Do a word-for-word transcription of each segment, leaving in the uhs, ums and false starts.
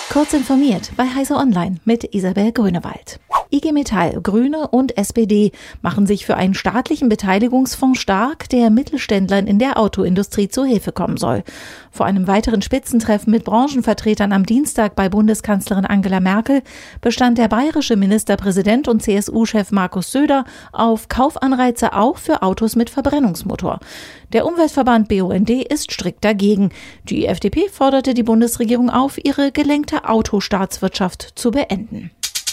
Kurz informiert bei Heise Online mit Isabel Grünewald. I G Metall, Grüne und S P D machen sich für einen staatlichen Beteiligungsfonds stark, der Mittelständlern in der Autoindustrie zu Hilfe kommen soll. Vor einem weiteren Spitzentreffen mit Branchenvertretern am Dienstag bei Bundeskanzlerin Angela Merkel bestand der bayerische Ministerpräsident und C S U-Chef Markus Söder auf Kaufanreize auch für Autos mit Verbrennungsmotor. Der Umweltverband B U N D ist strikt dagegen. Die F D P forderte die Bundesregierung auf, ihre gelenkte Autostaatswirtschaft zu beenden.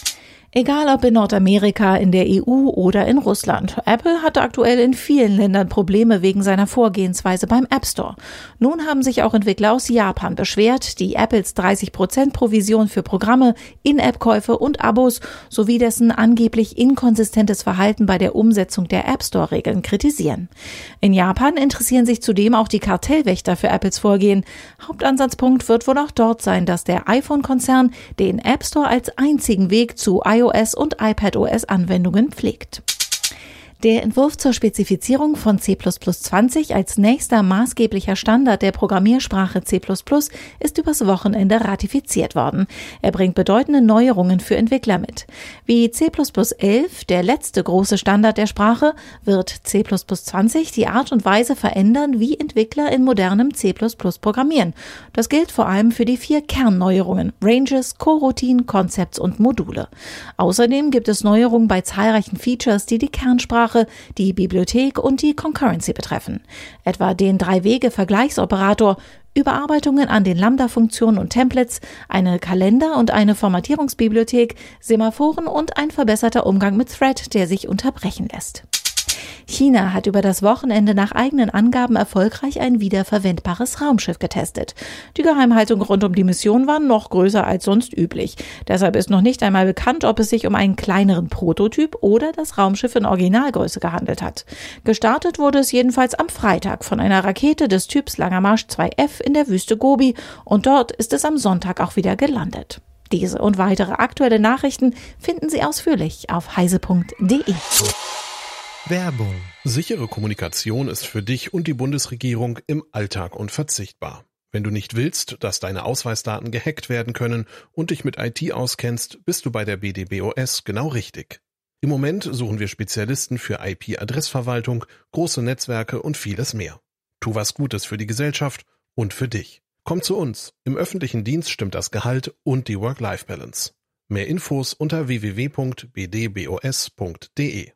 Egal ob in Nordamerika, in der E U oder in Russland. Apple hatte aktuell in vielen Ländern Probleme wegen seiner Vorgehensweise beim App Store. Nun haben sich auch Entwickler aus Japan beschwert, die Apples dreißig Prozent Provision für Programme, In-App-Käufe und Abos sowie dessen angeblich inkonsistentes Verhalten bei der Umsetzung der App Store-Regeln kritisieren. In Japan interessieren sich zudem auch die Kartellwächter für Apples Vorgehen. Hauptansatzpunkt wird wohl auch dort sein, dass der iPhone-Konzern den App Store als einzigen Weg zu iOS und iPadOS-Anwendungen pflegt. Der Entwurf zur Spezifizierung von C plus plus zwanzig als nächster maßgeblicher Standard der Programmiersprache C plus plus ist übers Wochenende ratifiziert worden. Er bringt bedeutende Neuerungen für Entwickler mit. Wie C plus plus elf, der letzte große Standard der Sprache, wird C plus plus zwanzig die Art und Weise verändern, wie Entwickler in modernem C plus plus programmieren. Das gilt vor allem für die vier Kernneuerungen: Ranges, Coroutine, Concepts und Module. Außerdem gibt es Neuerungen bei zahlreichen Features, die die Kernsprache, die Bibliothek und die Concurrency betreffen. Etwa den Drei-Wege-Vergleichsoperator, Überarbeitungen an den Lambda-Funktionen und Templates, eine Kalender- und eine Formatierungsbibliothek, Semaphoren und ein verbesserter Umgang mit Thread, der sich unterbrechen lässt. China hat über das Wochenende nach eigenen Angaben erfolgreich ein wiederverwendbares Raumschiff getestet. Die Geheimhaltung rund um die Mission war noch größer als sonst üblich. Deshalb ist noch nicht einmal bekannt, ob es sich um einen kleineren Prototyp oder das Raumschiff in Originalgröße gehandelt hat. Gestartet wurde es jedenfalls am Freitag von einer Rakete des Typs Langer Marsch zwei F in der Wüste Gobi und dort ist es am Sonntag auch wieder gelandet. Diese und weitere aktuelle Nachrichten finden Sie ausführlich auf heise punkt de. Werbung. Sichere Kommunikation ist für dich und die Bundesregierung im Alltag unverzichtbar. Wenn du nicht willst, dass deine Ausweisdaten gehackt werden können und dich mit I T auskennst, bist du bei der B D B O S genau richtig. Im Moment suchen wir Spezialisten für I P-Adressverwaltung, große Netzwerke und vieles mehr. Tu was Gutes für die Gesellschaft und für dich. Komm zu uns. Im öffentlichen Dienst stimmt das Gehalt und die Work-Life-Balance. Mehr Infos unter w w w punkt b d b o s punkt de.